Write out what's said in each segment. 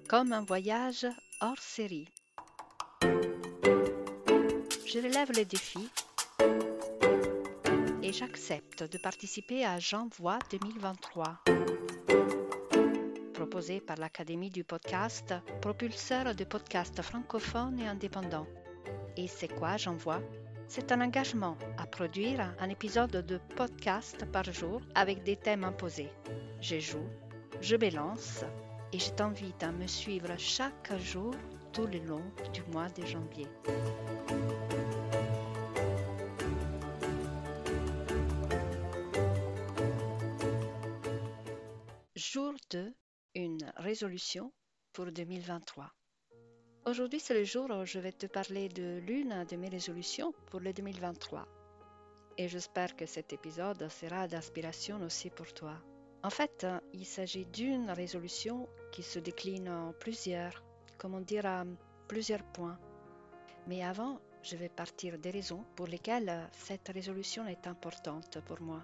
comme un voyage hors série. Je relève le défi et j'accepte de participer à J'envoie 2023, proposé par l'Académie du podcast, propulseur de podcasts francophones et indépendants. Et c'est quoi J'envoie ? C'est un engagement à produire un épisode de podcast par jour avec des thèmes imposés. Je joue, je m'élance et je t'invite à me suivre chaque jour tout le long du mois de janvier. Jour 2, une résolution pour 2023. Aujourd'hui, c'est le jour où je vais te parler de l'une de mes résolutions pour le 2023. Et j'espère que cet épisode sera d'inspiration aussi pour toi. En fait, il s'agit d'une résolution qui se décline en plusieurs points. Mais avant, je vais partir des raisons pour lesquelles cette résolution est importante pour moi.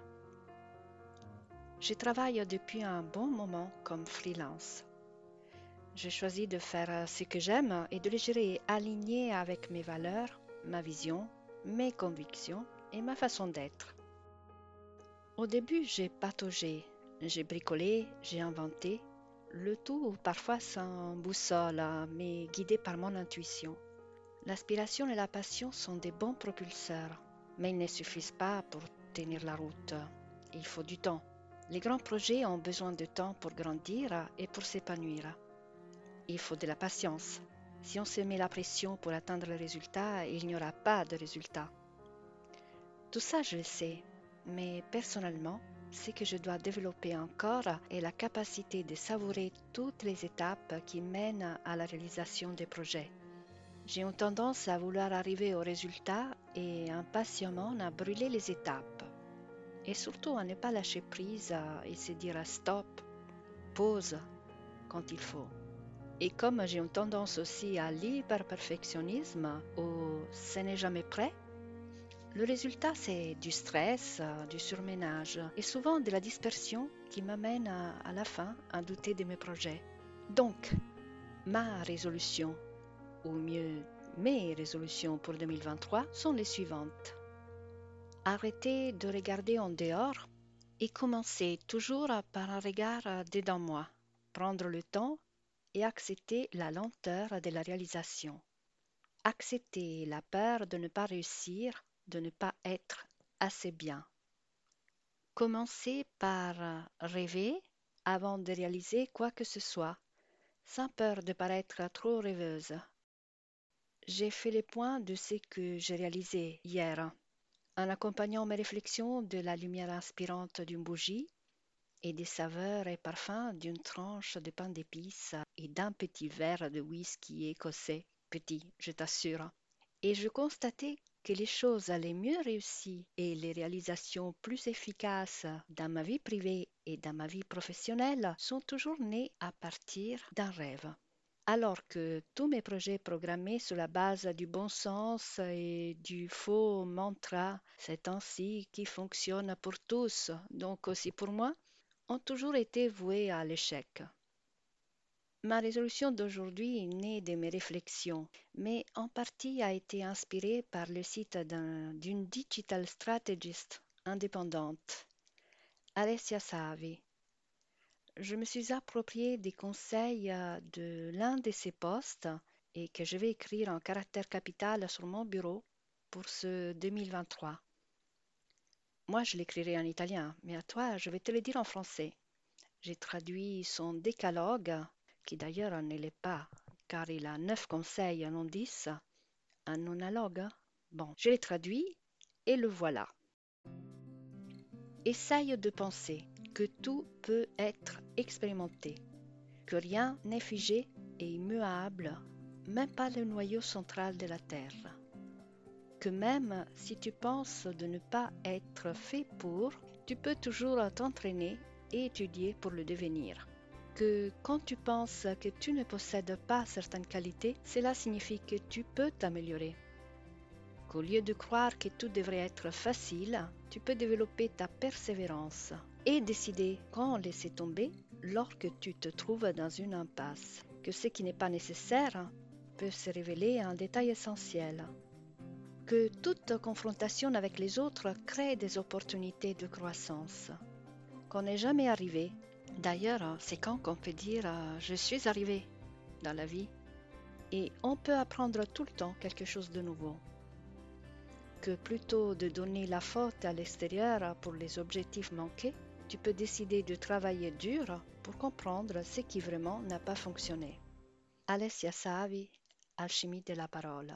Je travaille depuis un bon moment comme freelance. J'ai choisi de faire ce que j'aime et de le gérer aligné avec mes valeurs, ma vision, mes convictions et ma façon d'être. Au début, j'ai pataugé, j'ai bricolé, j'ai inventé, le tout parfois sans boussole, mais guidé par mon intuition. L'aspiration et la passion sont des bons propulseurs, mais ils ne suffisent pas pour tenir la route. Il faut du temps. Les grands projets ont besoin de temps pour grandir et pour s'épanouir. Il faut de la patience. Si on se met la pression pour atteindre le résultat, il n'y aura pas de résultat. Tout ça, je le sais, mais personnellement, ce que je dois développer encore est la capacité de savourer toutes les étapes qui mènent à la réalisation des projets. J'ai une tendance à vouloir arriver au résultat et impatiemment à brûler les étapes. Et surtout à ne pas lâcher prise et se dire stop, pause quand il faut. Et comme j'ai une tendance aussi à l'hyper-perfectionnisme où ce n'est jamais prêt, le résultat c'est du stress, du surménage et souvent de la dispersion qui m'amène à la fin à douter de mes projets. Donc, ma résolution, ou mieux mes résolutions pour 2023 sont les suivantes. Arrêter de regarder en dehors et commencer toujours par un regard dedans moi. Prendre le temps et accepter la lenteur de la réalisation. Accepter la peur de ne pas réussir, de ne pas être assez bien. Commencer par rêver avant de réaliser quoi que ce soit, sans peur de paraître trop rêveuse. J'ai fait le point de ce que j'ai réalisé hier, en accompagnant mes réflexions de la lumière inspirante d'une bougie et des saveurs et parfums d'une tranche de pain d'épices et d'un petit verre de whisky écossais, petit, je t'assure. Et je constatais que les choses les mieux réussies et les réalisations plus efficaces dans ma vie privée et dans ma vie professionnelle sont toujours nées à partir d'un rêve. Alors que tous mes projets programmés sur la base du bon sens et du faux mantra « c'est ainsi qui fonctionne pour tous, donc aussi pour moi », ont toujours été voués à l'échec. Ma résolution d'aujourd'hui est née de mes réflexions, mais en partie a été inspirée par le site d'une digital strategist indépendante, Alessia Savi. Je me suis approprié des conseils de l'un de ses posts et que je vais écrire en caractère capital sur mon bureau pour ce 2023. Moi, je l'écrirai en italien, mais à toi, je vais te le dire en français. J'ai traduit son décalogue, qui d'ailleurs ne l'est pas, car il a 9 conseils, non 10, un analogue. Bon, je l'ai traduit et le voilà. Essaye de penser que tout peut être expérimenté, que rien n'est figé et immuable, même pas le noyau central de la Terre. Que même si tu penses de ne pas être fait pour, tu peux toujours t'entraîner et étudier pour le devenir. Que quand tu penses que tu ne possèdes pas certaines qualités, cela signifie que tu peux t'améliorer. Qu'au lieu de croire que tout devrait être facile, tu peux développer ta persévérance et décider quand laisser tomber lorsque tu te trouves dans une impasse. que ce qui n'est pas nécessaire peut se révéler un détail essentiel, que toute confrontation avec les autres crée des opportunités de croissance, qu'on n'est jamais arrivé. D'ailleurs, c'est quand qu'on peut dire « je suis arrivé » dans la vie, et on peut apprendre tout le temps quelque chose de nouveau. Que plutôt de donner la faute à l'extérieur pour les objectifs manqués, tu peux décider de travailler dur pour comprendre ce qui vraiment n'a pas fonctionné. Alessia Savi, Alchimie de la parole.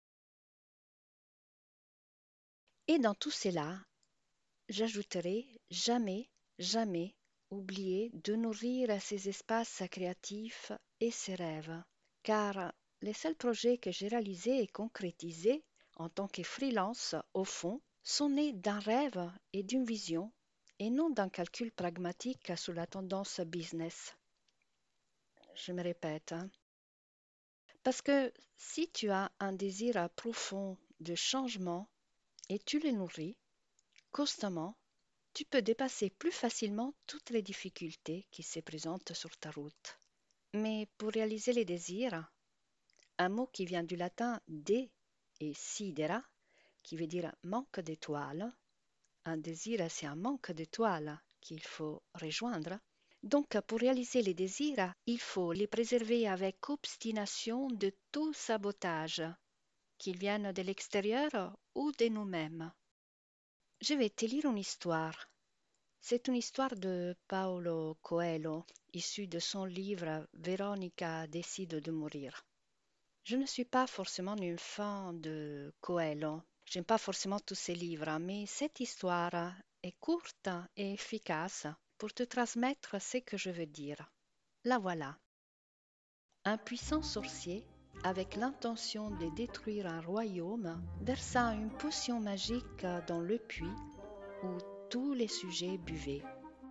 Et dans tout cela, j'ajouterai jamais, jamais oublier de nourrir ces espaces créatifs et ses rêves, car les seuls projets que j'ai réalisés et concrétisés en tant que freelance, au fond, sont nés d'un rêve et d'une vision, et non d'un calcul pragmatique sous la tendance business. Je me répète, parce que si tu as un désir profond de changement et tu le nourris constamment, tu peux dépasser plus facilement toutes les difficultés qui se présentent sur ta route. Mais pour réaliser les désirs, un mot qui vient du latin de et sidera, qui veut dire manque d'étoiles, un désir c'est un manque d'étoiles qu'il faut rejoindre. Donc pour réaliser les désirs, il faut les préserver avec obstination de tout sabotage, qu'ils viennent de l'extérieur ou de nous-mêmes. Je vais te lire une histoire. C'est une histoire de Paulo Coelho, issue de son livre Véronica décide de mourir. Je ne suis pas forcément une fan de Coelho. J'aime pas forcément tous ses livres, mais cette histoire est courte et efficace pour te transmettre ce que je veux dire. La voilà. Un puissant sorcier, avec l'intention de détruire un royaume, versa une potion magique dans le puits où tous les sujets buvaient.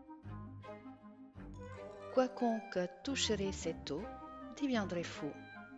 Quiconque toucherait cette eau deviendrait fou.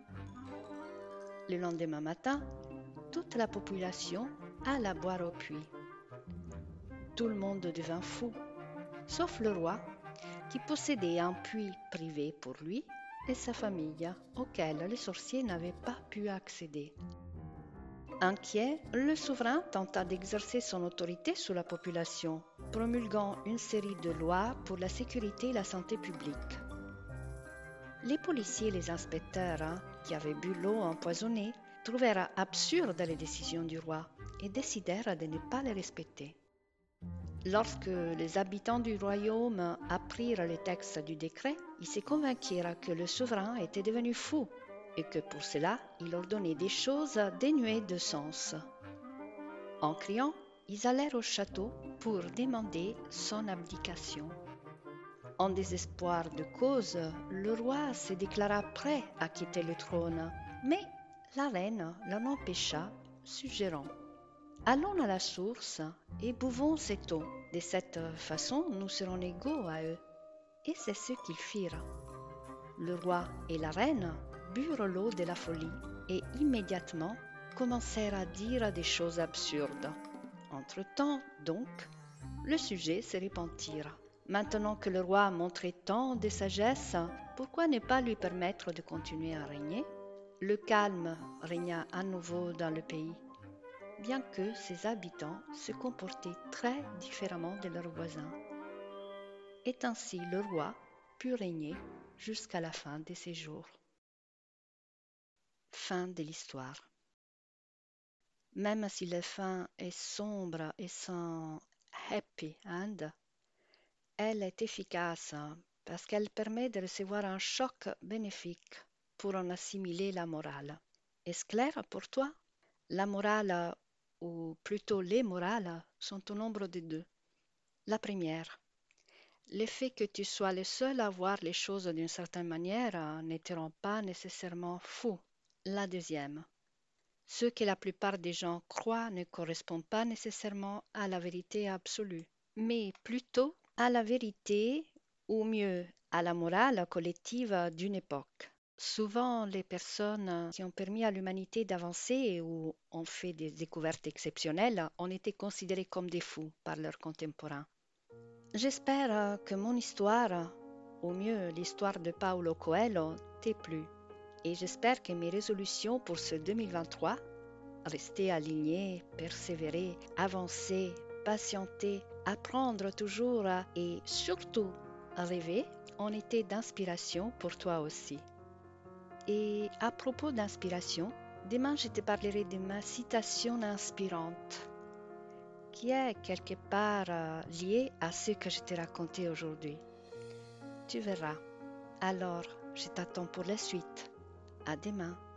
Le lendemain matin, toute la population alla boire au puits. Tout le monde devint fou, sauf le roi, qui possédait un puits privé pour lui et sa famille, auquel les sorciers n'avaient pas pu accéder. Inquiet, le souverain tenta d'exercer son autorité sur la population, promulguant une série de lois pour la sécurité et la santé publique. Les policiers et les inspecteurs, qui avaient bu l'eau empoisonnée, trouvèrent absurdes les décisions du roi et décidèrent de ne pas les respecter. Lorsque les habitants du royaume apprirent les textes du décret, ils se convainquirent que le souverain était devenu fou et que pour cela, il ordonnait des choses dénuées de sens. En criant, ils allèrent au château pour demander son abdication. En désespoir de cause, le roi se déclara prêt à quitter le trône, mais la reine l'en empêcha, suggérant « Allons à la source et buvons cette eau. De cette façon, nous serons égaux à eux. » Et c'est ce qu'ils firent. Le roi et la reine burent l'eau de la folie et immédiatement commencèrent à dire des choses absurdes. Entre-temps, donc, le sujet se repentirent. Maintenant que le roi montrait tant de sagesse, pourquoi ne pas lui permettre de continuer à régner? Le calme régna à nouveau dans le pays, bien que ses habitants se comportaient très différemment de leurs voisins. Et ainsi le roi put régner jusqu'à la fin de ses jours. Fin de l'histoire. Même si la fin est sombre et sans happy end, elle est efficace parce qu'elle permet de recevoir un choc bénéfique pour en assimiler la morale. Est-ce clair pour toi? La morale, ou plutôt les morales, sont au nombre de deux. La première, le fait que tu sois le seul à voir les choses d'une certaine manière ne te rend pas nécessairement fou. La deuxième, ce que la plupart des gens croient ne correspond pas nécessairement à la vérité absolue, mais plutôt à la vérité, ou mieux, à la morale collective d'une époque. Souvent, les personnes qui ont permis à l'humanité d'avancer ou ont fait des découvertes exceptionnelles ont été considérées comme des fous par leurs contemporains. J'espère que mon histoire au mieux l'histoire de Paulo Coelho t'ait plu. Et j'espère que mes résolutions pour ce 2023, rester aligné, persévérer, avancer, patienter, apprendre toujours et surtout rêver, ont été d'inspiration pour toi aussi. Et à propos d'inspiration, demain je te parlerai de ma citation inspirante, qui est quelque part liée à ce que je t'ai raconté aujourd'hui. Tu verras. Alors, je t'attends pour la suite. À demain.